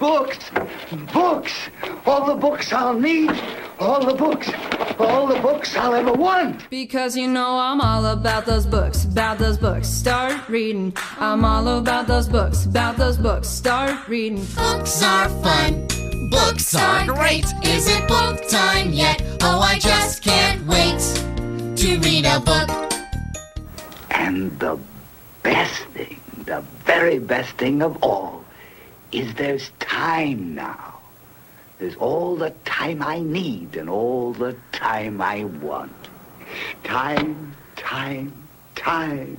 Books! Books! All the books I'll need! All the books! All the books I'll ever want! Because you know I'm all about those books, about those books. Start reading. I'm all about those books, about those books. Start reading. Books are fun. Books are great. Is it book time yet? Oh, I just can't wait to read a book. And the best thing, the very best thing of all, is there's time now. There's all the time I need and all the time I want. Time, time, time.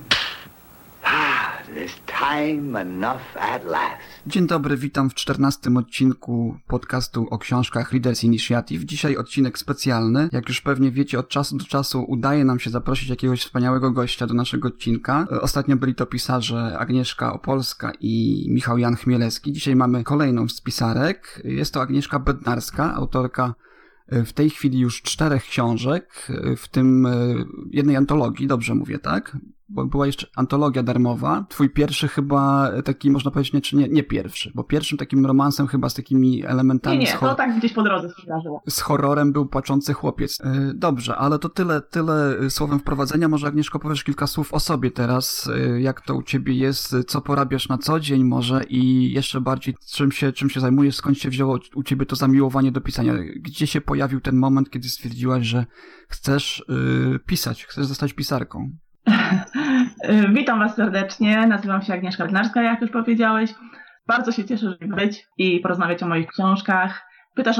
There's time enough at last. Dzień dobry, witam w 14. odcinku podcastu o książkach Readers Initiative. Dzisiaj odcinek specjalny. Jak już pewnie wiecie, od czasu do czasu udaje nam się zaprosić jakiegoś wspaniałego gościa do naszego odcinka. Ostatnio byli to pisarze Agnieszka Opolska i Michał Jan Chmielewski. Dzisiaj mamy kolejną z pisarek. Jest to Agnieszka Bednarska, autorka w tej chwili już 4 książek, w tym jednej antologii, dobrze mówię, tak? Bo była jeszcze antologia darmowa. Twój pierwszy chyba taki, można powiedzieć, nie pierwszy, bo pierwszym takim romansem chyba z takimi elementami... Nie, to tak gdzieś po drodze się zdarzyło. Z horrorem był Płaczący chłopiec. Dobrze, ale to tyle słowem wprowadzenia. Może Agnieszko powiesz kilka słów o sobie teraz, jak to u ciebie jest, co porabiasz na co dzień może i jeszcze bardziej czym się zajmujesz, skąd się wzięło u ciebie to zamiłowanie do pisania. Gdzie się pojawił ten moment, kiedy stwierdziłaś, że chcesz pisać, chcesz zostać pisarką? Witam Was serdecznie, nazywam się Agnieszka Bednarska, jak już powiedziałeś. Bardzo się cieszę, żeby być i porozmawiać o moich książkach. Pytasz,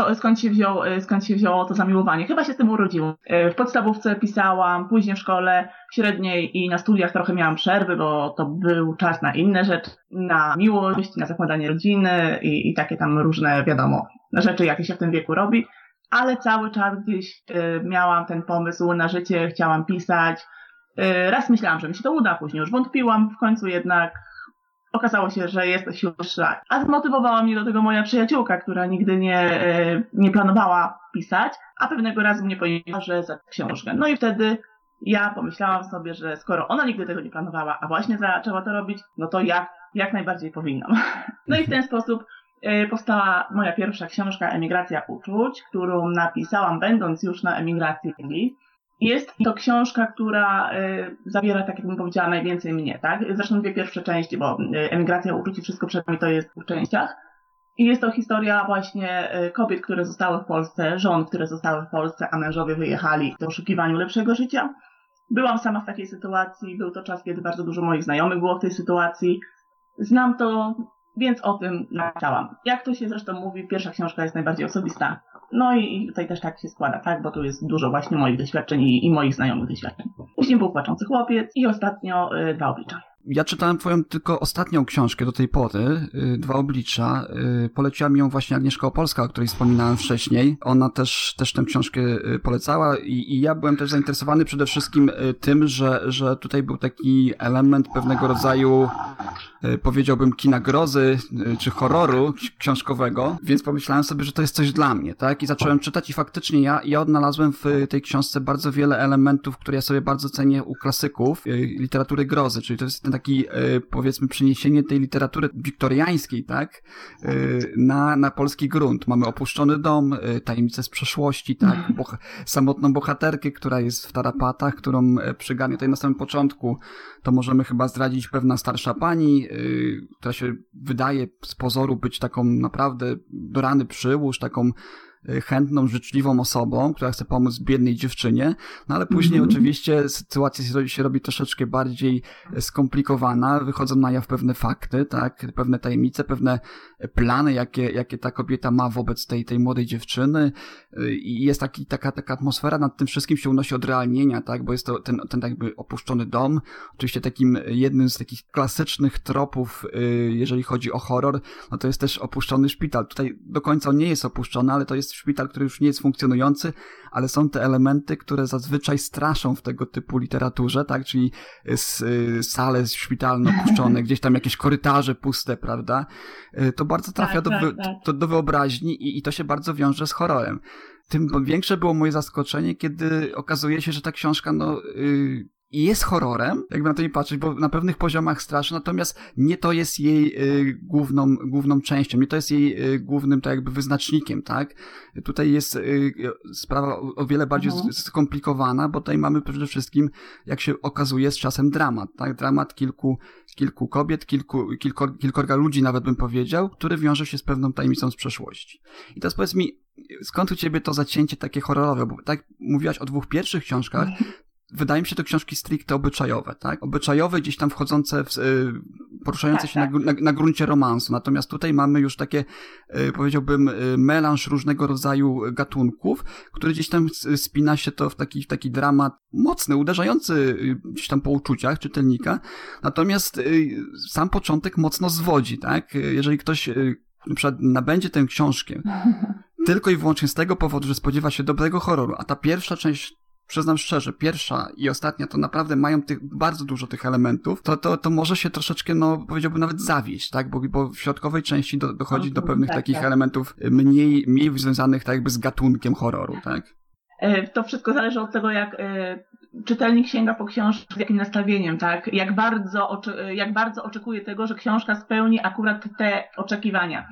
skąd się wzięło to zamiłowanie. Chyba się z tym urodziło. W podstawówce pisałam, później w szkole średniej i na studiach trochę miałam przerwy, bo to był czas na inne rzeczy, na miłość, na zakładanie rodziny i takie tam różne, wiadomo, rzeczy, jakie się w tym wieku robi. Ale cały czas gdzieś miałam ten pomysł na życie, chciałam pisać. Raz myślałam, że mi się to uda, później już wątpiłam, w końcu jednak okazało się, że jest to siła wyższa. A zmotywowała mnie do tego moja przyjaciółka, która nigdy nie planowała pisać, a pewnego razu mnie powiedziała, że za książkę. No i wtedy ja pomyślałam sobie, że skoro ona nigdy tego nie planowała, a właśnie zaczęła to robić, no to jak najbardziej powinnam. No i w ten sposób powstała moja pierwsza książka Emigracja uczuć, którą napisałam będąc już na emigracji. Jest to książka, która zawiera, tak jak bym powiedziała, najwięcej mnie, tak? Zresztą 2 pierwsze części, bo Emigracja uczuć i Wszystko przed nami to jest w 2 częściach. I jest to historia właśnie kobiet, które zostały w Polsce, żon, które zostały w Polsce, a mężowie wyjechali w poszukiwaniu lepszego życia. Byłam sama w takiej sytuacji, był to czas, kiedy bardzo dużo moich znajomych było w tej sytuacji. Znam to, więc o tym napisałam. Jak to się zresztą mówi, pierwsza książka jest najbardziej osobista. No i tutaj też tak się składa, tak? Bo tu jest dużo właśnie moich doświadczeń i moich znajomych doświadczeń. Później był Płaczący chłopiec i ostatnio 2 oblicza. Ja czytałem twoją tylko ostatnią książkę do tej pory, 2 oblicza. Poleciła mi ją właśnie Agnieszka Opolska, o której wspominałem wcześniej. Ona też tę książkę polecała i ja byłem też zainteresowany przede wszystkim tym, że tutaj był taki element pewnego rodzaju, powiedziałbym, kina grozy czy horroru książkowego, więc pomyślałem sobie, że to jest coś dla mnie, tak? I zacząłem czytać i faktycznie ja odnalazłem w tej książce bardzo wiele elementów, które ja sobie bardzo cenię u klasyków literatury grozy, czyli to jest ten taki, powiedzmy, przeniesienie tej literatury wiktoriańskiej, tak? Na polski grunt. Mamy Opuszczony dom, Tajemnice z przeszłości, tak? Samotną bohaterkę, która jest w tarapatach, którą przygania tutaj na samym początku, to możemy chyba zdradzić pewna starsza pani, która się wydaje z pozoru być taką naprawdę do rany przyłóż, taką chętną, życzliwą osobą, która chce pomóc biednej dziewczynie, no ale później oczywiście sytuacja się robi troszeczkę bardziej skomplikowana, wychodzą na jaw pewne fakty, tak, pewne tajemnice, pewne plany, jakie ta kobieta ma wobec tej młodej dziewczyny i jest taka atmosfera, nad tym wszystkim się unosi odrealnienia, tak, bo jest to ten jakby opuszczony dom, oczywiście takim jednym z takich klasycznych tropów, jeżeli chodzi o horror, no to jest też opuszczony szpital. Tutaj do końca on nie jest opuszczony, ale to jest szpital, który już nie jest funkcjonujący, ale są te elementy, które zazwyczaj straszą w tego typu literaturze, tak, czyli sale szpitalne opuszczone, gdzieś tam jakieś korytarze puste, prawda, to bardzo trafia do wyobraźni i to się bardzo wiąże z horrorem. Tym większe było moje zaskoczenie, kiedy okazuje się, że ta książka, i jest horrorem, jakby na to nie patrzeć, bo na pewnych poziomach straszy, natomiast nie to jest jej główną częścią, nie to jest jej głównym tak jakby wyznacznikiem, tak? Tutaj jest sprawa o wiele bardziej skomplikowana, bo tutaj mamy przede wszystkim, jak się okazuje, z czasem dramat, tak? Dramat kilku kobiet, kilkorga ludzi nawet bym powiedział, który wiąże się z pewną tajemnicą z przeszłości. I teraz powiedz mi, skąd u ciebie to zacięcie takie horrorowe? Bo tak mówiłaś o 2 pierwszych książkach, wydaje mi się to książki stricte obyczajowe, tak? Obyczajowe, gdzieś tam wchodzące, poruszające się na gruncie romansu. Natomiast tutaj mamy już takie, powiedziałbym, melanż różnego rodzaju gatunków, który gdzieś tam spina się to w taki dramat mocny, uderzający gdzieś tam po uczuciach czytelnika. Natomiast sam początek mocno zwodzi, tak? Jeżeli ktoś na przykład nabędzie tę książkę tylko i wyłącznie z tego powodu, że spodziewa się dobrego horroru, a ta pierwsza część, przyznam szczerze, pierwsza i ostatnia to naprawdę mają bardzo dużo tych elementów, to może się troszeczkę, powiedziałbym nawet zawieść, tak? Bo w środkowej części dochodzi do pewnych takich elementów mniej związanych tak jakby z gatunkiem horroru, tak? To wszystko zależy od tego, jak czytelnik sięga po książkę, z jakim nastawieniem, tak? Jak bardzo oczekuje tego, że książka spełni akurat te oczekiwania.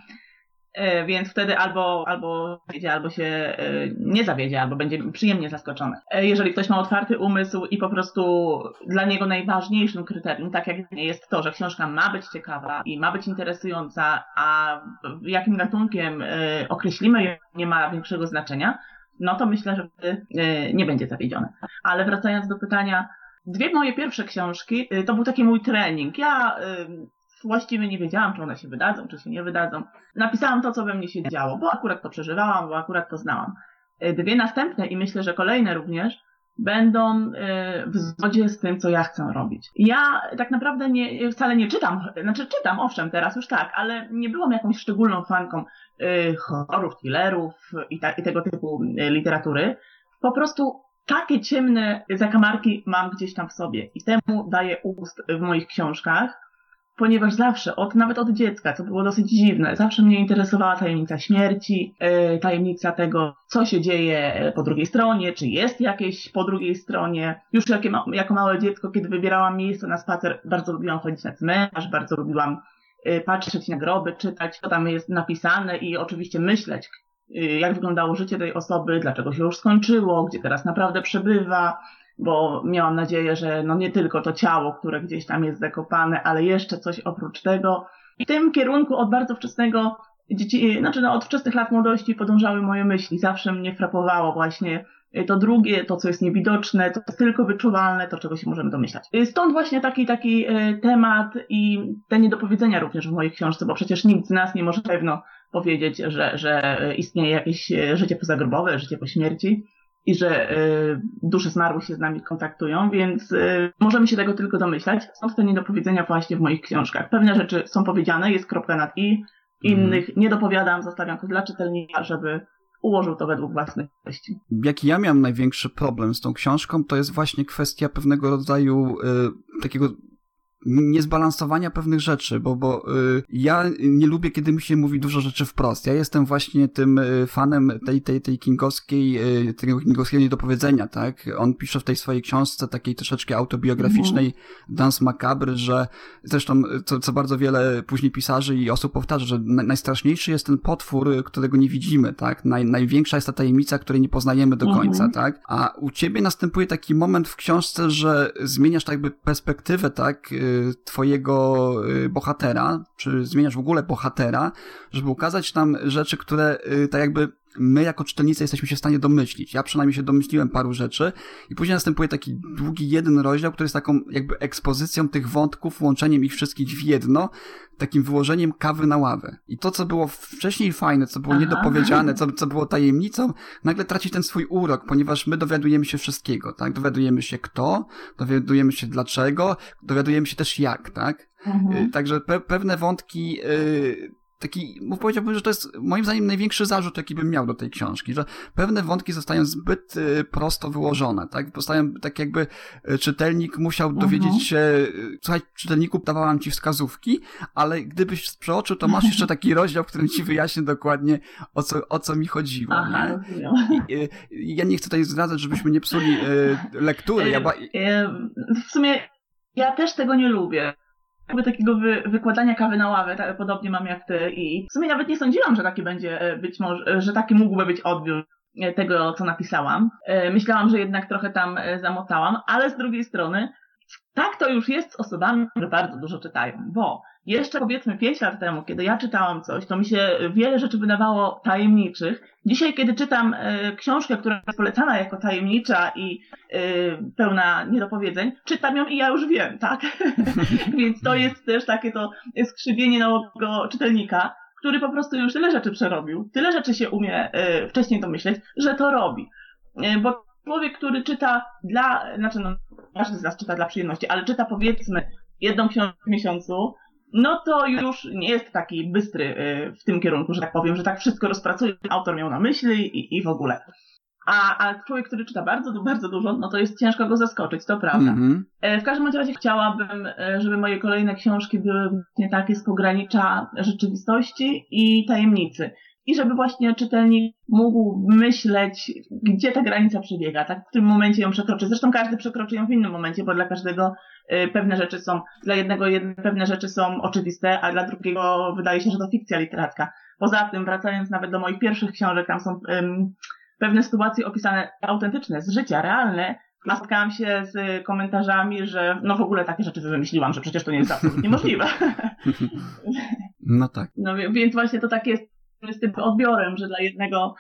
Więc wtedy albo się nie zawiedzie, albo będzie przyjemnie zaskoczony. Jeżeli ktoś ma otwarty umysł i po prostu dla niego najważniejszym kryterium, tak jak jest to, że książka ma być ciekawa i ma być interesująca, a jakim gatunkiem określimy, nie ma większego znaczenia, no to myślę, że wtedy nie będzie zawiedziony. Ale wracając do pytania, 2 moje pierwsze książki to był taki mój trening. Ja właściwie nie wiedziałam, czy one się wydadzą, czy się nie wydadzą. Napisałam to, co we mnie się działo, bo akurat to przeżywałam, bo akurat to znałam. 2 następne i myślę, że kolejne również będą w zgodzie z tym, co ja chcę robić. Ja tak naprawdę wcale nie czytam, czytam, owszem, teraz już tak, ale nie byłam jakąś szczególną fanką horrorów, thrillerów i tego typu literatury. Po prostu takie ciemne zakamarki mam gdzieś tam w sobie i temu daję upust w moich książkach, ponieważ zawsze, nawet od dziecka, co było dosyć dziwne, zawsze mnie interesowała tajemnica śmierci, tajemnica tego, co się dzieje po drugiej stronie, czy jest jakieś po drugiej stronie. Już jako małe dziecko, kiedy wybierałam miejsce na spacer, bardzo lubiłam chodzić na cmentarz, bardzo lubiłam patrzeć na groby, czytać, co tam jest napisane i oczywiście myśleć, jak wyglądało życie tej osoby, dlaczego się już skończyło, gdzie teraz naprawdę przebywa, bo miałam nadzieję, że nie tylko to ciało, które gdzieś tam jest zakopane, ale jeszcze coś oprócz tego. I w tym kierunku od bardzo wczesnego od wczesnych lat młodości podążały moje myśli. Zawsze mnie frapowało właśnie to drugie, to co jest niewidoczne, to jest tylko wyczuwalne, to czego się możemy domyślać. Stąd właśnie taki temat i te niedopowiedzenia również w mojej książce, bo przecież nikt z nas nie może pewno powiedzieć, że istnieje jakieś życie pozagrobowe, życie po śmierci i że dusze zmarłych się z nami kontaktują, więc możemy się tego tylko domyślać. Stąd te niedopowiedzenia właśnie w moich książkach. Pewne rzeczy są powiedziane, jest kropka nad i, innych nie dopowiadam, zostawiam to dla czytelnika, żeby ułożył to według własnych treści. Jaki ja miałem największy problem z tą książką, to jest właśnie kwestia pewnego rodzaju takiego niezbalansowania pewnych rzeczy, bo ja nie lubię, kiedy mi się mówi dużo rzeczy wprost. Ja jestem właśnie tym fanem tej tego kingowskiego niedopowiedzenia, tak? On pisze w tej swojej książce takiej troszeczkę autobiograficznej Danse Macabre, że zresztą co bardzo wiele później pisarzy i osób powtarza, że najstraszniejszy jest ten potwór, którego nie widzimy, tak? Największa jest ta tajemnica, której nie poznajemy do końca, tak? A u ciebie następuje taki moment w książce, że zmieniasz tak jakby perspektywę, tak? Twojego bohatera, czy zmieniasz w ogóle bohatera, żeby ukazać nam rzeczy, które tak jakby my jako czytelnicy jesteśmy się w stanie domyślić. Ja przynajmniej się domyśliłem paru rzeczy i później następuje taki długi jeden rozdział, który jest taką jakby ekspozycją tych wątków, łączeniem ich wszystkich w jedno, takim wyłożeniem kawy na ławę. I to, co było wcześniej fajne, co było niedopowiedziane, co było tajemnicą, nagle traci ten swój urok, ponieważ my dowiadujemy się wszystkiego, tak? Dowiadujemy się kto, dowiadujemy się dlaczego, dowiadujemy się też jak, tak? Także pewne wątki powiedziałbym, że to jest moim zdaniem największy zarzut, jaki bym miał do tej książki, że pewne wątki zostają zbyt prosto wyłożone, tak? Zostają tak jakby czytelnik musiał dowiedzieć się, słuchaj, czytelniku, dawałam ci wskazówki, ale gdybyś przeoczył, to masz jeszcze taki rozdział, w którym ci wyjaśnię dokładnie o co mi chodziło. Aha, nie? Ja nie chcę tutaj zdradzać, żebyśmy nie psuli lektury. W sumie ja też tego nie lubię. Jakby takiego wykładania kawy na ławę, tak, podobnie mam jak ty i w sumie nawet nie sądziłam, że taki będzie być może, że taki mógłby być odbiór tego, co napisałam. Myślałam, że jednak trochę tam zamotałam, ale z drugiej strony tak to już jest z osobami, które bardzo dużo czytają, bo jeszcze powiedzmy 5 lat temu, kiedy ja czytałam coś, to mi się wiele rzeczy wydawało tajemniczych. Dzisiaj, kiedy czytam książkę, która jest polecana jako tajemnicza i pełna niedopowiedzeń, czytam ją i ja już wiem, tak? Więc to jest też takie to skrzywienie nowego czytelnika, który po prostu już tyle rzeczy przerobił, tyle rzeczy się umie wcześniej domyśleć, że to robi. Bo człowiek, który czyta każdy z nas czyta dla przyjemności, ale czyta powiedzmy jedną książkę w miesiącu, no to już nie jest taki bystry w tym kierunku, że tak powiem, że tak wszystko rozpracuje, autor miał na myśli i w ogóle. A człowiek, który czyta bardzo, bardzo dużo, no to jest ciężko go zaskoczyć, to prawda. W każdym razie chciałabym, żeby moje kolejne książki były właśnie takie z pogranicza rzeczywistości i tajemnicy. I żeby właśnie czytelnik mógł myśleć, gdzie ta granica przebiega, tak, w którym momencie ją przekroczy. Zresztą każdy przekroczy ją w innym momencie, bo dla każdego pewne rzeczy są, dla jednego pewne rzeczy są oczywiste, a dla drugiego wydaje się, że to fikcja literacka. Poza tym, wracając nawet do moich pierwszych książek, tam są pewne sytuacje opisane autentyczne, z życia, realne. Spotkałam się z komentarzami, że no w ogóle takie rzeczy wymyśliłam, że przecież to nie jest absolutnie możliwe. No tak. No więc właśnie to tak jest z tym odbiorem, że dla jednego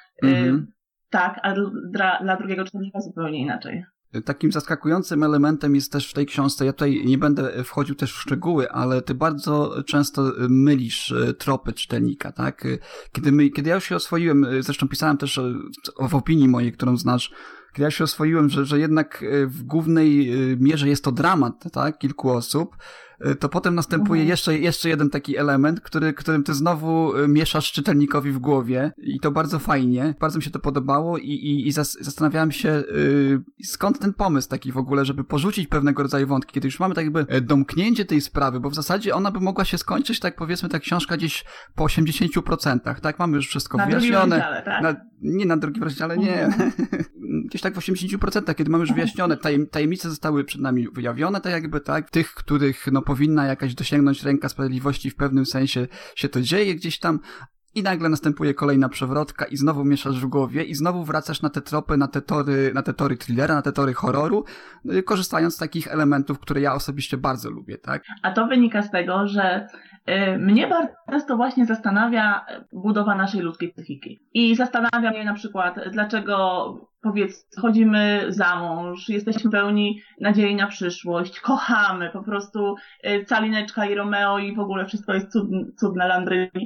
tak, a dla drugiego czytelnika zupełnie inaczej. Takim zaskakującym elementem jest też w tej książce, ja tutaj nie będę wchodził też w szczegóły, ale ty bardzo często mylisz tropy czytelnika, tak? Kiedy ja już się oswoiłem, zresztą pisałem też w opinii mojej, którą znasz, kiedy ja się oswoiłem, że jednak w głównej mierze jest to dramat, tak? Kilku osób, to potem następuje jeszcze jeden taki element, którym ty znowu mieszasz czytelnikowi w głowie i to bardzo fajnie, bardzo mi się to podobało i zastanawiałem się, skąd ten pomysł taki w ogóle, żeby porzucić pewnego rodzaju wątki, kiedy już mamy tak jakby domknięcie tej sprawy, bo w zasadzie ona by mogła się skończyć, tak powiedzmy, ta książka gdzieś po 80%, tak? Mamy już wszystko wyjaśnione. Na drugim rozdziale, tak? Nie na drugim rozdziale, nie. Gdzieś tak w 80%, kiedy mamy już wyjaśnione, tajemnice zostały przed nami wyjawione, tak jakby, tak? Tych, których no powinna jakaś dosięgnąć ręka sprawiedliwości, w pewnym sensie się to dzieje gdzieś tam i nagle następuje kolejna przewrotka i znowu mieszasz w głowie i znowu wracasz na te tropy, na te tory thrillera, na te tory horroru, korzystając z takich elementów, które ja osobiście bardzo lubię, tak? A to wynika z tego, że mnie bardzo często właśnie zastanawia budowa naszej ludzkiej psychiki. I zastanawia mnie na przykład, dlaczego chodzimy za mąż, jesteśmy pełni nadziei na przyszłość, kochamy po prostu Calineczka i Romeo i w ogóle wszystko jest cudne Landryni.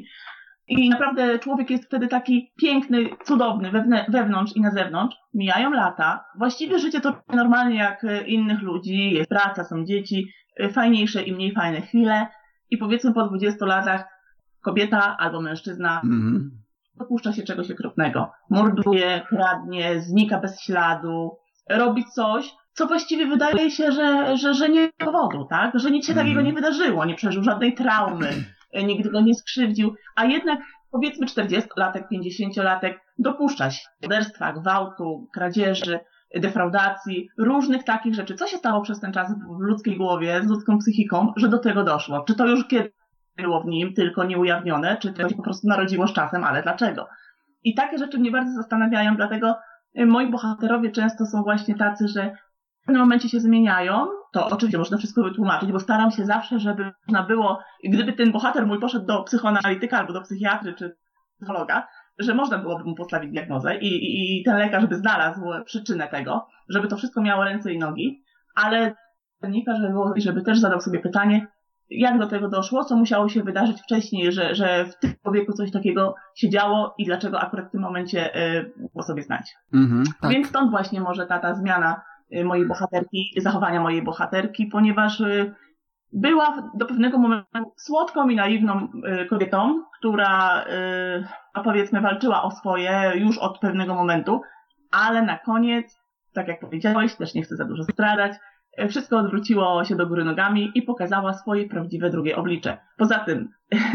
I naprawdę człowiek jest wtedy taki piękny, cudowny wewnątrz i na zewnątrz. Mijają lata, właściwie życie to normalnie jak innych ludzi, jest praca, są dzieci, fajniejsze i mniej fajne chwile. I powiedzmy po 20 latach kobieta albo mężczyzna dopuszcza się czegoś okropnego. Morduje, kradnie, znika bez śladu, robi coś, co właściwie wydaje się, że nie ma powodu, tak? Że nic się takiego nie wydarzyło, nie przeżył żadnej traumy, nikt go nie skrzywdził, a jednak powiedzmy 40-latek, 50-latek dopuszcza się morderstwa, gwałtu, kradzieży, defraudacji, różnych takich rzeczy. Co się stało przez ten czas w ludzkiej głowie, z ludzką psychiką, że do tego doszło? Czy to już kiedyś było w nim, tylko nieujawnione, czy to się po prostu narodziło z czasem, ale dlaczego? I takie rzeczy mnie bardzo zastanawiają, dlatego moi bohaterowie często są właśnie tacy, że w pewnym momencie się zmieniają, to oczywiście można wszystko wytłumaczyć, bo staram się zawsze, żeby można było, gdyby ten bohater mój poszedł do psychoanalityka albo do psychiatry czy psychologa, że można byłoby mu postawić diagnozę i ten lekarz by znalazł przyczynę tego, żeby to wszystko miało ręce i nogi, ale żeby też zadał sobie pytanie, jak do tego doszło, co musiało się wydarzyć wcześniej, że w tym człowieku coś takiego się działo i dlaczego akurat w tym momencie było sobie znać. Tak. Więc stąd właśnie może ta zmiana mojej bohaterki, zachowania mojej bohaterki, ponieważ była do pewnego momentu słodką i naiwną kobietą, która powiedzmy walczyła o swoje już od pewnego momentu, ale na koniec, tak jak powiedziałeś, też nie chcę za dużo zdradzać, wszystko odwróciło się do góry nogami i pokazała swoje prawdziwe drugie oblicze. Poza tym,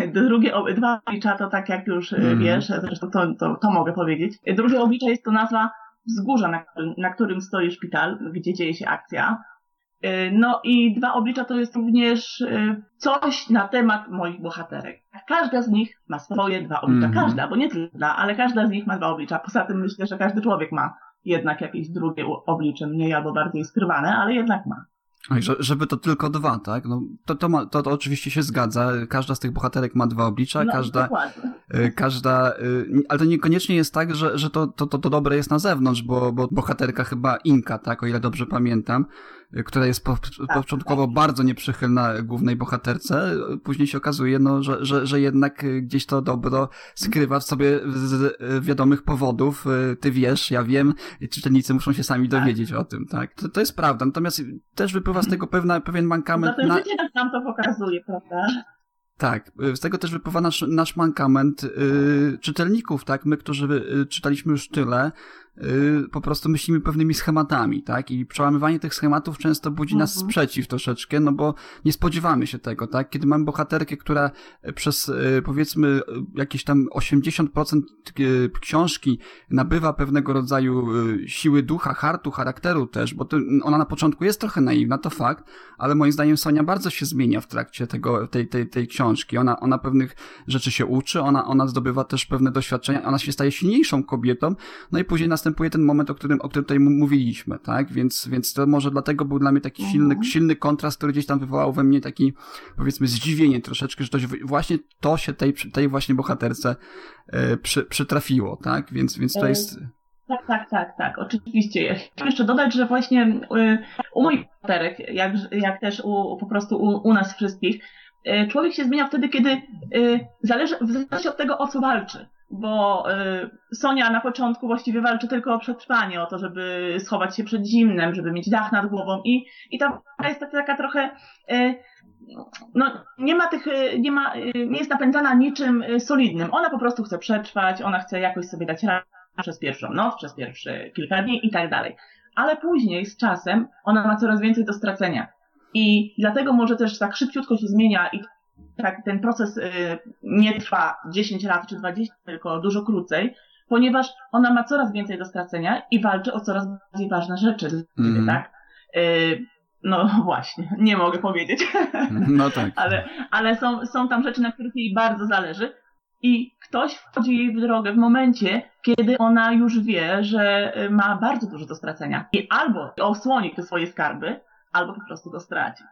dwa oblicza to tak jak już wiesz, zresztą to mogę powiedzieć. Drugie oblicze jest to nazwa wzgórza, na którym stoi szpital, gdzie dzieje się akcja. No i dwa oblicza to jest również coś na temat moich bohaterek. Każda z nich ma swoje dwa oblicza. Każda, bo nie tylko, ale każda z nich ma dwa oblicza. Poza tym myślę, że każdy człowiek ma jednak jakieś drugie oblicze, mniej albo bardziej skrywane, ale jednak ma. Żeby to tylko dwa, tak? No, to oczywiście się zgadza. Każda z tych bohaterek ma dwa oblicza, no, każda, ale to niekoniecznie jest tak, że to dobre jest na zewnątrz, bo bohaterka chyba Inka, tak? O ile dobrze pamiętam, która jest początkowo bardzo nieprzychylna głównej bohaterce, później się okazuje, no, że jednak gdzieś to dobro skrywa w sobie z wiadomych powodów. Ty wiesz, ja wiem, czytelnicy muszą się sami dowiedzieć o tym, tak? To jest prawda, natomiast też wypływa z tego pewien mankament. Zatem życie nam to pokazuje, prawda? Tak, z tego też wypływa nasz mankament czytelników, tak? My, którzy czytaliśmy już tyle, po prostu myślimy pewnymi schematami, tak? I przełamywanie tych schematów często budzi nas sprzeciw troszeczkę, no bo nie spodziewamy się tego, tak? Kiedy mamy bohaterkę, która przez powiedzmy jakieś tam 80% książki nabywa pewnego rodzaju siły ducha, hartu, charakteru też, bo ona na początku jest trochę naiwna, to fakt, ale moim zdaniem Sonia bardzo się zmienia w trakcie tej książki. Ona pewnych rzeczy się uczy, ona zdobywa też pewne doświadczenia, ona się staje silniejszą kobietą, no i później następuje ten moment, o którym tutaj mówiliśmy, tak? Więc to może dlatego był dla mnie taki silny kontrast, który gdzieś tam wywołał we mnie taki, powiedzmy, zdziwienie troszeczkę, że właśnie to się tej właśnie bohaterce przytrafiło, tak? Więc to jest... Tak, oczywiście. Ja chciałam jeszcze dodać, że właśnie u moich bohaterek, jak też po prostu u nas wszystkich, człowiek się zmienia wtedy, kiedy zależy od tego, o co walczy. Bo Sonia na początku właściwie walczy tylko o przetrwanie, o to, żeby schować się przed zimnem, żeby mieć dach nad głową i ta jest taka trochę, no nie jest napędzana niczym solidnym. Ona po prostu chce przetrwać, ona chce jakoś sobie dać radę przez pierwszą noc, przez pierwsze kilka dni i tak dalej. Ale później z czasem ona ma coraz więcej do stracenia. I dlatego może też tak szybciutko się zmienia i tak ten proces nie trwa 10 lat czy 20, tylko dużo krócej, ponieważ ona ma coraz więcej do stracenia i walczy o coraz bardziej ważne rzeczy, tak? No właśnie, nie mogę powiedzieć. No tak. Ale są tam rzeczy, na których jej bardzo zależy i ktoś wchodzi jej w drogę w momencie, kiedy ona już wie, że ma bardzo dużo do stracenia i albo osłoni te swoje skarby, albo po prostu to straci.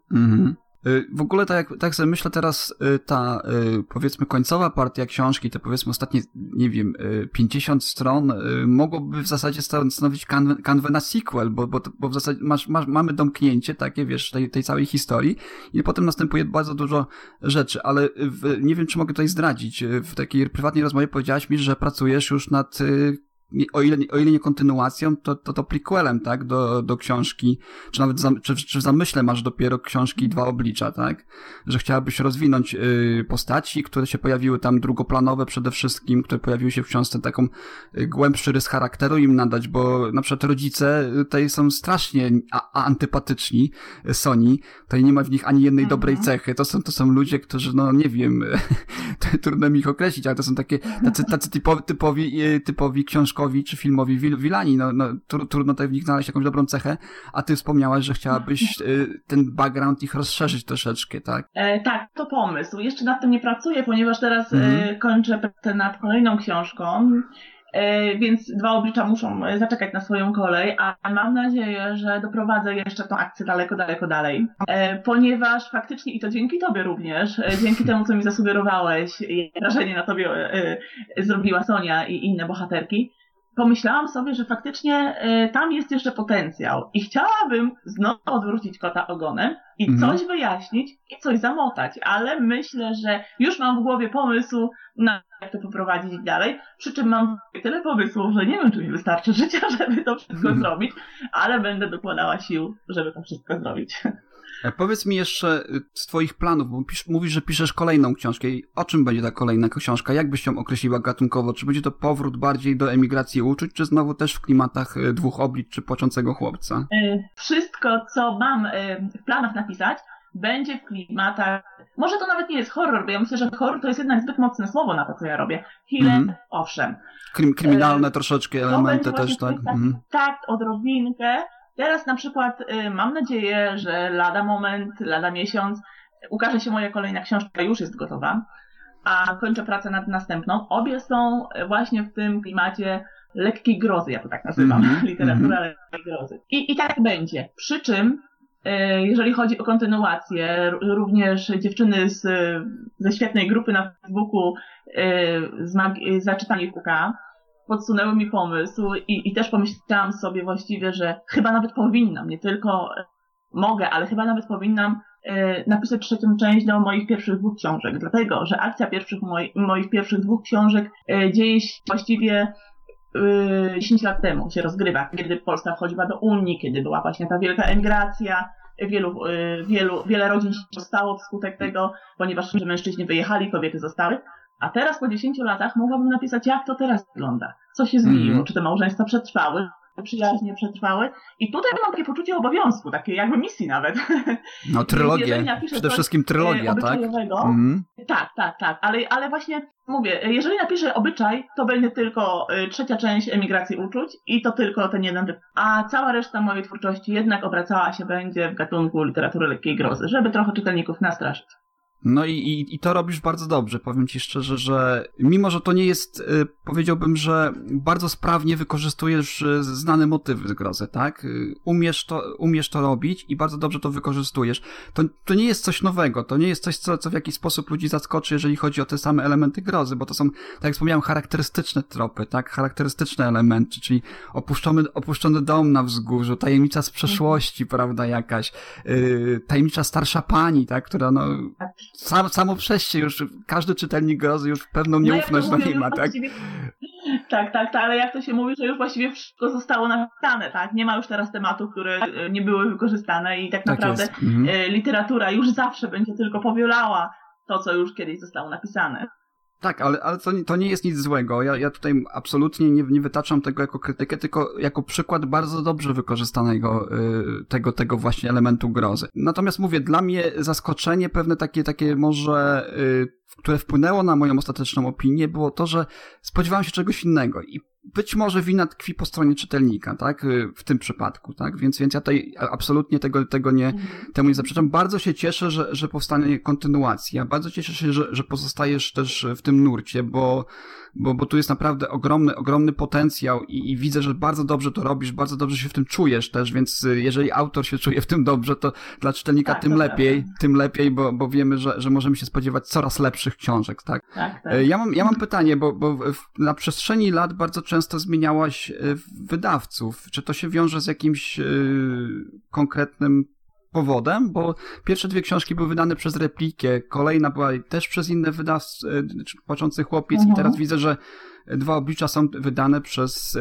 W ogóle tak sobie myślę teraz, ta powiedzmy końcowa partia książki, te powiedzmy ostatnie, nie wiem, 50 stron, mogłoby w zasadzie stanowić kanwę na sequel, bo w zasadzie mamy domknięcie takie, wiesz, tej całej historii i potem następuje bardzo dużo rzeczy, ale nie wiem, czy mogę tutaj zdradzić. W takiej prywatnej rozmowie powiedziałaś mi, że pracujesz już nad o ile nie kontynuacją, to prequelem, tak, do książki, czy nawet czy w zamyśle masz dopiero książki Dwa oblicza, tak, że chciałabyś rozwinąć postaci, które się pojawiły tam drugoplanowe przede wszystkim, które pojawiły się w książce, taką głębszy rys charakteru im nadać, bo na przykład rodzice tutaj są strasznie antypatyczni Soni, tutaj nie ma w nich ani jednej dobrej cechy, to są ludzie, którzy, no nie wiem, trudno mi ich określić, ale to są tacy typowi książkowi czy filmowi wilani, trudno tutaj w nich znaleźć jakąś dobrą cechę, a ty wspomniałaś, że chciałabyś ten background ich rozszerzyć troszeczkę, tak? Tak, to pomysł. Jeszcze nad tym nie pracuję, ponieważ teraz kończę pracę nad kolejną książką, więc Dwa oblicza muszą zaczekać na swoją kolej, a mam nadzieję, że doprowadzę jeszcze tą akcję daleko dalej, ponieważ faktycznie i to dzięki tobie również, dzięki temu, co mi zasugerowałeś i wrażenie na tobie zrobiła Sonia i inne bohaterki, pomyślałam sobie, że faktycznie tam jest jeszcze potencjał i chciałabym znowu odwrócić kota ogonem i coś wyjaśnić i coś zamotać, ale myślę, że już mam w głowie pomysł na jak to poprowadzić dalej, przy czym mam tyle pomysłów, że nie wiem, czy mi wystarczy życia, żeby to wszystko zrobić, ale będę dokładała sił, żeby to wszystko zrobić. Powiedz mi jeszcze z twoich planów, bo mówisz, że piszesz kolejną książkę. O czym będzie ta kolejna książka? Jak byś ją określiła gatunkowo? Czy będzie to powrót bardziej do emigracji uczuć, czy znowu też w klimatach dwóch oblicz, czy płaczącego chłopca? Wszystko, co mam w planach napisać, będzie w klimatach... Może to nawet nie jest horror, bo ja myślę, że horror to jest jednak zbyt mocne słowo na to, co ja robię. Owszem. Kryminalne troszeczkę elementy też, tak? Tak, odrobinkę. Teraz na przykład mam nadzieję, że lada miesiąc ukaże się moja kolejna książka, już jest gotowa, a kończę pracę nad następną. Obie są właśnie w tym klimacie lekkiej grozy, ja to tak nazywam, literatura lekkiej grozy. I tak będzie. Przy czym, jeżeli chodzi o kontynuację, również dziewczyny ze świetnej grupy na Facebooku za czytanie Kuka podsunęły mi pomysł i też pomyślałam sobie właściwie, że chyba nawet powinnam, nie tylko mogę, ale chyba nawet powinnam napisać trzecią część do moich pierwszych 2 książek, dlatego, że akcja moich pierwszych 2 książek dzieje się właściwie 10 lat temu, się rozgrywa, kiedy Polska wchodziła do Unii, kiedy była właśnie ta wielka emigracja, wiele rodzin się powstało wskutek tego, ponieważ mężczyźni wyjechali, kobiety zostały. A teraz po 10 latach mogłabym napisać, jak to teraz wygląda. Co się zmieniło? Czy te małżeństwa przetrwały? Przyjaźnie przetrwały? I tutaj mam takie poczucie obowiązku, takiej jakby misji nawet. No trylogię, przede wszystkim trylogia, tak? Tak. Ale właśnie mówię, jeżeli napiszę obyczaj, to będzie tylko 3. część emigracji uczuć i to tylko ten jeden typ. A cała reszta mojej twórczości jednak obracała się będzie w gatunku literatury lekkiej grozy, żeby trochę czytelników nastraszyć. No i to robisz bardzo dobrze, powiem ci szczerze, że mimo, że to nie jest, powiedziałbym, że bardzo sprawnie wykorzystujesz znane motywy z grozy, tak? Umiesz to robić i bardzo dobrze to wykorzystujesz. To nie jest coś nowego, to nie jest coś, co w jakiś sposób ludzi zaskoczy, jeżeli chodzi o te same elementy grozy, bo to są, tak jak wspomniałem, charakterystyczne tropy, tak? Charakterystyczne elementy, czyli opuszczony dom na wzgórzu, tajemnica z przeszłości, prawda, jakaś, tajemnicza starsza pani, tak? Która samo przejście już, każdy czytelnik grozy już pewną nieufność do niej ma, tak? Tak, ale jak to się mówi, że już właściwie wszystko zostało napisane, tak? Nie ma już teraz tematów, które nie były wykorzystane i tak naprawdę literatura już zawsze będzie tylko powielała to, co już kiedyś zostało napisane. Tak, ale to nie jest nic złego. Ja tutaj absolutnie nie wytaczam tego jako krytykę, tylko jako przykład bardzo dobrze wykorzystanego tego właśnie elementu grozy. Natomiast mówię, dla mnie zaskoczenie pewne takie może, które wpłynęło na moją ostateczną opinię, było to, że spodziewałem się czegoś innego i być może wina tkwi po stronie czytelnika, tak? W tym przypadku, tak? Więc ja tutaj absolutnie temu nie zaprzeczam. Bardzo się cieszę, że powstanie kontynuacja. Bardzo cieszę się, że pozostajesz też w tym nurcie, bo tu jest naprawdę ogromny potencjał i widzę, że bardzo dobrze to robisz, bardzo dobrze się w tym czujesz też, więc jeżeli autor się czuje w tym dobrze, to dla czytelnika tym lepiej, bo wiemy, że możemy się spodziewać coraz lepszych książek, tak? Tak. Ja mam pytanie, bo na przestrzeni lat bardzo często zmieniałaś wydawców. Czy to się wiąże z jakimś konkretnym powodem? Bo pierwsze 2 książki były wydane przez Replikę, kolejna była też przez inne wydawcy, Płaczący chłopiec i teraz widzę, że 2 oblicza są wydane przez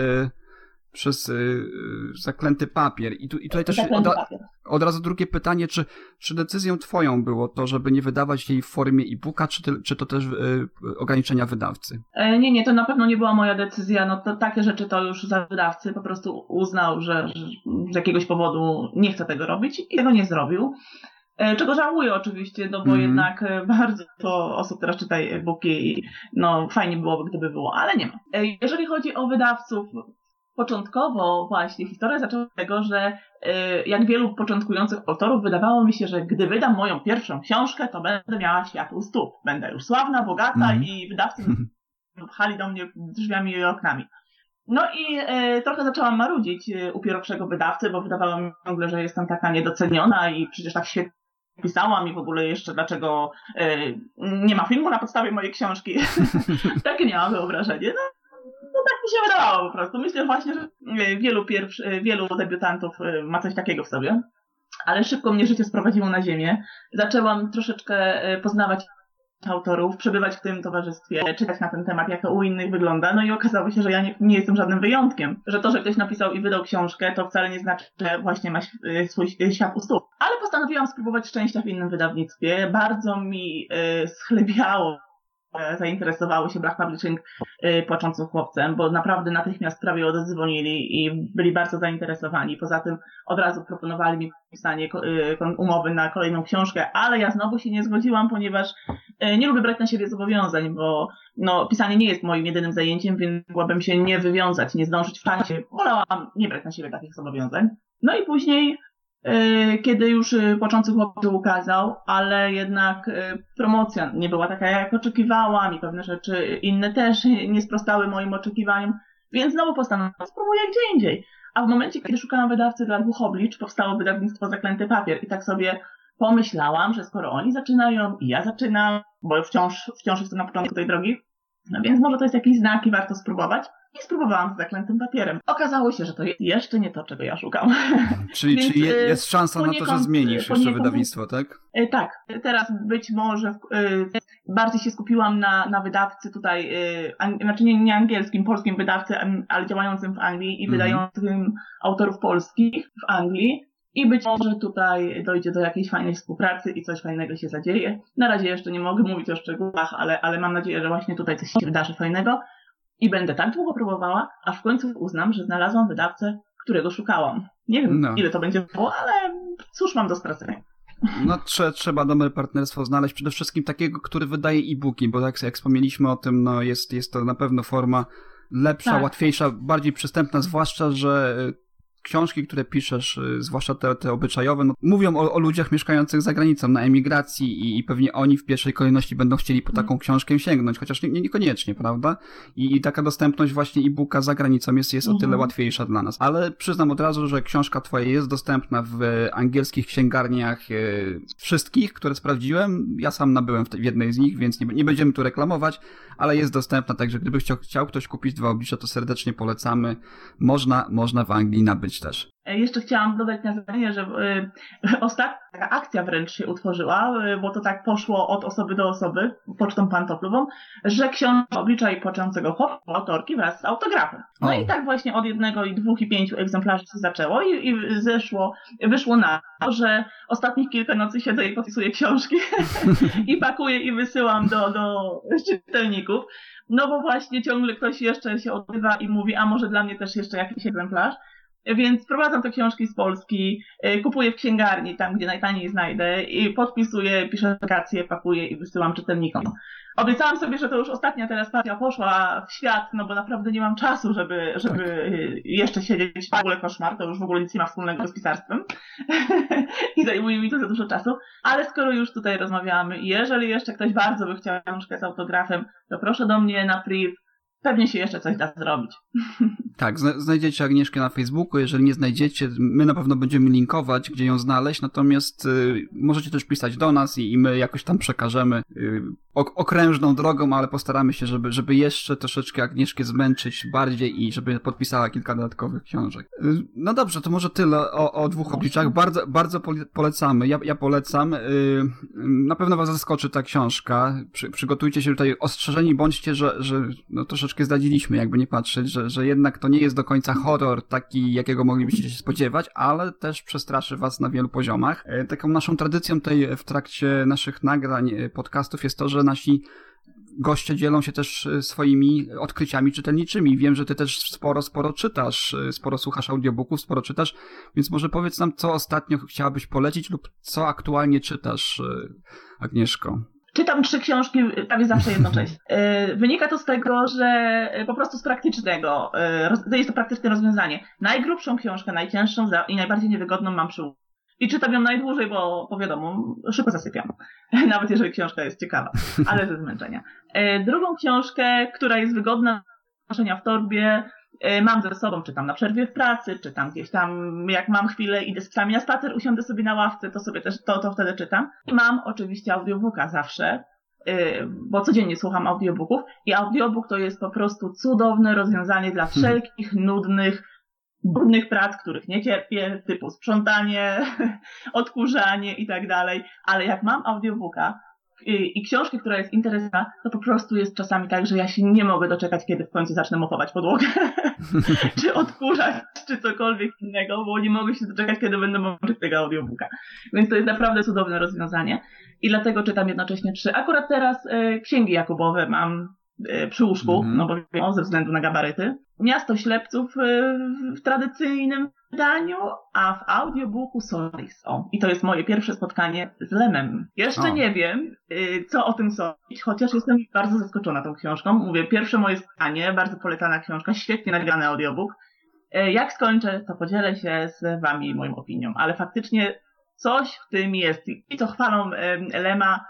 Zaklęty papier. I tutaj też od razu drugie pytanie, czy decyzją twoją było to, żeby nie wydawać jej w formie e-booka, czy to też ograniczenia wydawcy? Nie, to na pewno nie była moja decyzja. No to takie rzeczy to już za wydawcy po prostu uznał, że z jakiegoś powodu nie chce tego robić i tego nie zrobił. Czego żałuję oczywiście, no bo jednak bardzo to osób teraz czyta e-booki i no fajnie byłoby, gdyby było, ale nie ma. Jeżeli chodzi o wydawców, początkowo właśnie historia zaczęła od tego, że jak wielu początkujących autorów wydawało mi się, że gdy wydam moją pierwszą książkę, to będę miała świat u stóp. Będę już sławna, bogata i wydawcy pchali do mnie drzwiami i oknami. No i trochę zaczęłam marudzić u pierwszego wydawcy, bo wydawało mi się ciągle, że jestem taka niedoceniona i przecież tak świetnie pisałam i w ogóle jeszcze dlaczego nie ma filmu na podstawie mojej książki. Takie miałam wyobrażenie. No tak mi się wydawało po prostu. Myślę właśnie, że wielu debiutantów ma coś takiego w sobie. Ale szybko mnie życie sprowadziło na ziemię. Zaczęłam troszeczkę poznawać autorów, przebywać w tym towarzystwie, czytać na ten temat, jak to u innych wygląda. No i okazało się, że ja nie jestem żadnym wyjątkiem. Że to, że ktoś napisał i wydał książkę, to wcale nie znaczy, że właśnie ma swój świat u stóp. Ale postanowiłam spróbować szczęścia w innym wydawnictwie. Bardzo mi schlebiało, zainteresowały się Black Publishing płaczącym chłopcem, bo naprawdę natychmiast prawie oddzwonili i byli bardzo zainteresowani. Poza tym od razu proponowali mi pisanie umowy na kolejną książkę, ale ja znowu się nie zgodziłam, ponieważ nie lubię brać na siebie zobowiązań, bo pisanie nie jest moim jedynym zajęciem, więc mogłabym się nie wywiązać, nie zdążyć w czasie. Wolałam nie brać na siebie takich zobowiązań. No i później kiedy już Płaczący chłopiec ukazał, ale jednak promocja nie była taka, jak oczekiwałam i pewne rzeczy inne też nie sprostały moim oczekiwaniom, więc znowu postanowiłam, spróbuję gdzie indziej. A w momencie, kiedy szukałam wydawcy dla Dwóch Oblicz, powstało wydawnictwo Zaklęty Papier i tak sobie pomyślałam, że skoro oni zaczynają i ja zaczynam, bo wciąż jestem na początku tej drogi, no więc może to jest jakiś znak i warto spróbować. I spróbowałam z Zaklętym Papierem. Okazało się, że to jest jeszcze nie to, czego ja szukam. Czyli jest szansa na to, że zmienisz jeszcze wydawnictwo, tak? Tak. Teraz być może bardziej się skupiłam na wydawcy tutaj, znaczy nie angielskim, polskim wydawcy, ale działającym w Anglii i wydającym autorów polskich w Anglii. I być może tutaj dojdzie do jakiejś fajnej współpracy i coś fajnego się zadzieje. Na razie jeszcze nie mogę mówić o szczegółach, ale mam nadzieję, że właśnie tutaj coś się wydarzy fajnego. I będę tak długo próbowała, aż w końcu uznam, że znalazłam wydawcę, którego szukałam. Nie wiem, ile to będzie było, ale cóż mam do stracenia. No trzeba dobre partnerstwo znaleźć, przede wszystkim takiego, który wydaje e-booki, bo jak wspomnieliśmy o tym, jest to na pewno forma lepsza, łatwiejsza, bardziej przystępna, zwłaszcza, że książki, które piszesz, zwłaszcza te obyczajowe, mówią o ludziach mieszkających za granicą, na emigracji i pewnie oni w pierwszej kolejności będą chcieli po taką książkę sięgnąć, chociaż niekoniecznie, prawda? I taka dostępność właśnie e-booka za granicą jest o tyle łatwiejsza dla nas. Ale przyznam od razu, że książka twoja jest dostępna w angielskich księgarniach wszystkich, które sprawdziłem. Ja sam nabyłem w jednej z nich, więc nie będziemy tu reklamować, ale jest dostępna, także gdyby chciał ktoś kupić Dwa Oblicza, to serdecznie polecamy. Można w Anglii nabyć też. Jeszcze chciałam dodać na zdanie, że ostatnia taka akcja wręcz się utworzyła, bo to tak poszło od osoby do osoby, pocztą pantoflową, że książka Oblicza i Płaczącego chłopca autorki wraz z autografem. No i tak właśnie od 1, 2 i 5 egzemplarzy się zaczęło i wyszło na to, że ostatnich kilka nocy siedzę i podpisuję książki i pakuję i wysyłam do czytelników. No bo właśnie ciągle ktoś jeszcze się odbywa i mówi, a może dla mnie też jeszcze jakiś egzemplarz. Więc sprowadzam te książki z Polski, kupuję w księgarni, tam gdzie najtaniej znajdę i podpisuję, piszę aplikację, pakuję i wysyłam czytelnikom. Obiecałam sobie, że to już ostatnia teraz partia poszła w świat, no bo naprawdę nie mam czasu, żeby jeszcze siedzieć w ogóle koszmar, to już w ogóle nic nie ma wspólnego z pisarstwem i zajmuje mi to za dużo czasu, ale skoro już tutaj rozmawiamy i jeżeli jeszcze ktoś bardzo by chciał książkę z autografem, to proszę do mnie na priv. Pewnie się jeszcze coś da zrobić. Tak, znajdziecie Agnieszkę na Facebooku, jeżeli nie znajdziecie, my na pewno będziemy linkować, gdzie ją znaleźć, natomiast możecie też pisać do nas i my jakoś tam przekażemy okrężną drogą, ale postaramy się, żeby jeszcze troszeczkę Agnieszkę zmęczyć bardziej i żeby podpisała kilka dodatkowych książek. No dobrze, to może tyle o Dwóch Obliczach. Bardzo, bardzo polecamy. Ja polecam. Na pewno was zaskoczy ta książka. Przygotujcie się tutaj, ostrzeżeni bądźcie, że troszeczkę zdradziliśmy, jakby nie patrzeć, że jednak to nie jest do końca horror taki, jakiego moglibyście się spodziewać, ale też przestraszy was na wielu poziomach. Taką naszą tradycją tutaj w trakcie naszych nagrań, podcastów jest to, że nasi goście dzielą się też swoimi odkryciami czytelniczymi. Wiem, że ty też sporo czytasz, sporo słuchasz audiobooków, sporo czytasz, więc może powiedz nam, co ostatnio chciałabyś polecić lub co aktualnie czytasz, Agnieszko? Czytam 3 książki prawie zawsze jednocześnie. Wynika to z tego, że po prostu z praktycznego, jest to praktyczne rozwiązanie. Najgrubszą książkę, najcięższą i najbardziej niewygodną mam przy łóżku. I czytam ją najdłużej, bo wiadomo, szybko zasypiam. Nawet jeżeli książka jest ciekawa, ale ze zmęczenia. Drugą książkę, która jest wygodna do noszenia w torbie, mam ze sobą, czytam na przerwie w pracy, czytam gdzieś tam, jak mam chwilę, idę z psami na spacer, usiądę sobie na ławce, to sobie też to wtedy czytam. I mam oczywiście audiobooka zawsze, bo codziennie słucham audiobooków i audiobook to jest po prostu cudowne rozwiązanie dla wszelkich nudnych prac, których nie cierpię, typu sprzątanie, odkurzanie i tak dalej, ale jak mam audiobooka, i książkę, która jest interesująca, to po prostu jest czasami tak, że ja się nie mogę doczekać, kiedy w końcu zacznę mopować podłogę, czy odkurzać, czy cokolwiek innego, bo nie mogę się doczekać, kiedy będę mogła tego audiobooka. Więc to jest naprawdę cudowne rozwiązanie i dlatego czytam jednocześnie 3. Akurat teraz księgi Jakubowe mam przy łóżku, no bo ze względu na gabaryty. Miasto Ślepców w tradycyjnym wydaniu, a w audiobooku Solis. I to jest moje pierwsze spotkanie z Lemem. Jeszcze nie wiem, co o tym sądzić, chociaż jestem bardzo zaskoczona tą książką. Mówię, pierwsze moje spotkanie, bardzo polecana książka, świetnie nagrany audiobook. Jak skończę, to podzielę się z wami moją opinią, ale faktycznie coś w tym jest. I co chwalą Lema,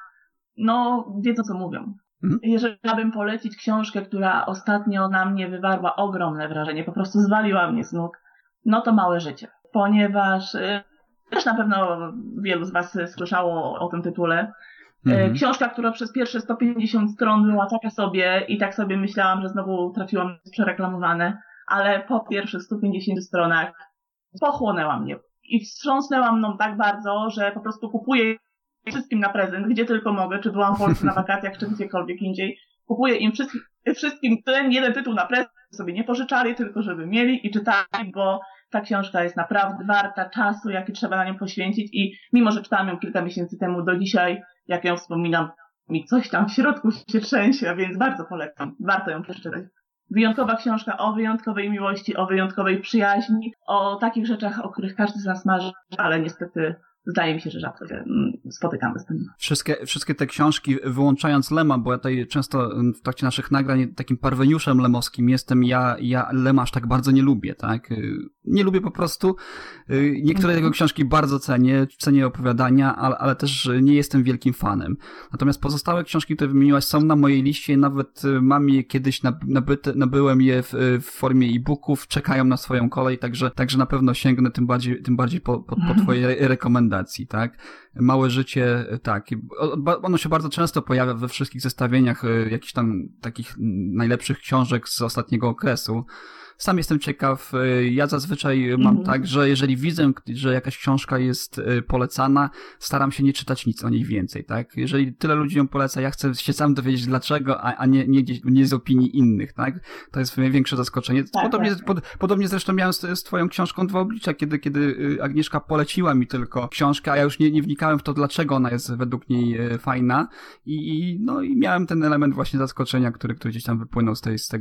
no wiedzą, co mówią. Jeżeli miałabym polecić książkę, która ostatnio na mnie wywarła ogromne wrażenie, po prostu zwaliła mnie z nóg, no to Małe życie. Ponieważ też na pewno wielu z was słyszało o tym tytule. Książka, która przez pierwsze 150 stron była taka sobie i tak sobie myślałam, że znowu trafiłam przereklamowane, ale po pierwszych 150 stronach pochłonęła mnie i wstrząsnęła mną tak bardzo, że po prostu kupuję wszystkim na prezent, gdzie tylko mogę, czy byłam w Polsce na wakacjach, czy gdziekolwiek indziej. Kupuję im wszystkim ten jeden tytuł na prezent, sobie nie pożyczali, tylko żeby mieli i czytali, bo ta książka jest naprawdę warta czasu, jaki trzeba na nią poświęcić i mimo, że czytałam ją kilka miesięcy temu, do dzisiaj, jak ją wspominam, mi coś tam w środku się trzęsie, a więc bardzo polecam. Warto ją przeczytać. Wyjątkowa książka o wyjątkowej miłości, o wyjątkowej przyjaźni, o takich rzeczach, o których każdy z nas marzy, ale niestety zdaje mi się, że rzadko się spotykamy z tym. Wszystkie te książki, wyłączając Lema, bo ja tutaj często w trakcie naszych nagrań takim parweniuszem lemowskim jestem, ja Lema aż tak bardzo nie lubię, tak? Nie lubię po prostu. Niektóre jego książki bardzo cenię opowiadania, ale też nie jestem wielkim fanem. Natomiast pozostałe książki, które wymieniłaś, są na mojej liście, nawet mam je kiedyś nabyłem je w formie e-booków, czekają na swoją kolej, także na pewno sięgnę tym bardziej po twojej rekomendacji, tak? Małe życie, tak. Ono się bardzo często pojawia we wszystkich zestawieniach jakichś tam takich najlepszych książek z ostatniego okresu. Sam jestem ciekaw, ja zazwyczaj mam tak, że jeżeli widzę, że jakaś książka jest polecana, staram się nie czytać nic o niej więcej, tak? Jeżeli tyle ludzi ją poleca, ja chcę się sam dowiedzieć dlaczego, a nie z opinii innych, tak? To jest większe zaskoczenie. Tak, podobnie zresztą miałem z twoją książką Dwa oblicza, kiedy Agnieszka poleciła mi tylko książkę, a ja już nie wnikałem w to, dlaczego ona jest według niej fajna i miałem ten element właśnie zaskoczenia, który gdzieś tam wypłynął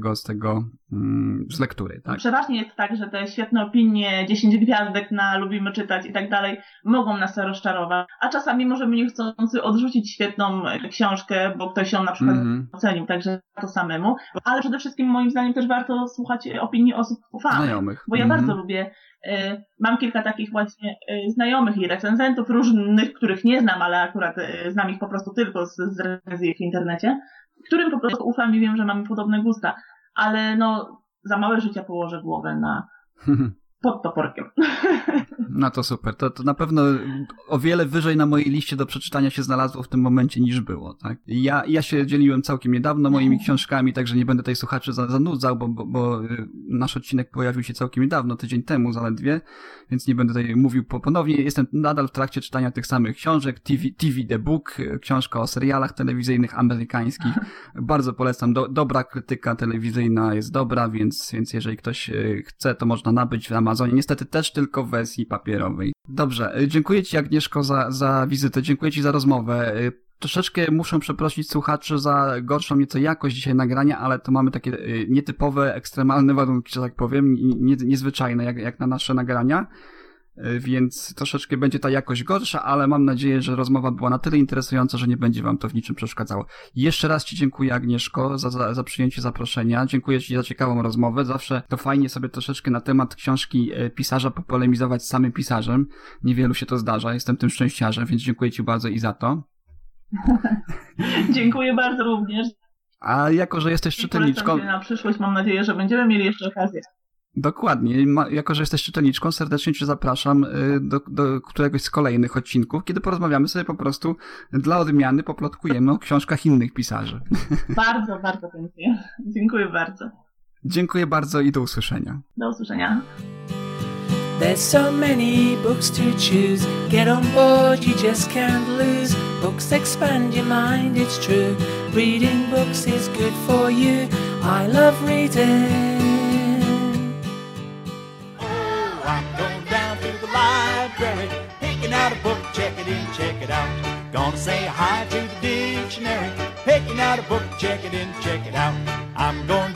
z lektury. Tak. Przeważnie jest tak, że te świetne opinie, 10 gwiazdek na lubimy czytać i tak dalej, mogą nas rozczarować, a czasami możemy niechcący odrzucić świetną książkę, bo ktoś ją na przykład ocenił, także to samemu. Ale przede wszystkim moim zdaniem też warto słuchać opinii osób znajomych. Bo ja bardzo lubię, mam kilka takich właśnie znajomych i recenzentów różnych, których nie znam, ale akurat znam ich po prostu tylko z recenzji w internecie, którym po prostu ufam i wiem, że mamy podobne gusta, ale za Małe życie położę głowę pod toporkiem. No to super. To na pewno o wiele wyżej na mojej liście do przeczytania się znalazło w tym momencie niż było, tak? Ja się dzieliłem całkiem niedawno moimi książkami, także nie będę tej słuchaczy zanudzał, bo nasz odcinek pojawił się całkiem niedawno, tydzień temu zaledwie, więc nie będę tutaj mówił ponownie. Jestem nadal w trakcie czytania tych samych książek. TV The Book, książka o serialach telewizyjnych amerykańskich. Bardzo polecam. Dobra krytyka telewizyjna jest dobra, więc jeżeli ktoś chce, to można nabyć w Amazonie. Niestety też tylko w wersji papierowej. Dobrze, dziękuję ci Agnieszko za wizytę, dziękuję ci za rozmowę. Troszeczkę muszę przeprosić słuchaczy za gorszą nieco jakość dzisiaj nagrania, ale to mamy takie nietypowe, ekstremalne warunki, że tak powiem, niezwyczajne jak na nasze nagrania. Więc troszeczkę będzie ta jakość gorsza, ale mam nadzieję, że rozmowa była na tyle interesująca, że nie będzie wam to w niczym przeszkadzało. Jeszcze raz ci dziękuję Agnieszko za przyjęcie zaproszenia. Dziękuję ci za ciekawą rozmowę. Zawsze to fajnie sobie troszeczkę na temat książki pisarza popolemizować z samym pisarzem. Niewielu się to zdarza. Jestem tym szczęściarzem, więc dziękuję ci bardzo i za to. Dziękuję bardzo również. A jako, że jesteś czytelniczką... Na przyszłość mam nadzieję, że będziemy mieli jeszcze okazję. Dokładnie. Jako, że jesteś czytelniczką, serdecznie cię zapraszam do któregoś z kolejnych odcinków, kiedy porozmawiamy sobie po prostu dla odmiany, poplotkujemy o książkach innych pisarzy. Bardzo, bardzo chętnie. Dziękuję bardzo. Dziękuję bardzo i do usłyszenia. Do usłyszenia. There's so many books to choose. Get on board, you just can't lose. Books expand your mind, it's true. Reading books is good for you. I love reading. Oh, I'm going down to the library, picking out a book, check it in, check it out. Gonna say hi to the dictionary, picking out a book, check it in, check it out. I'm going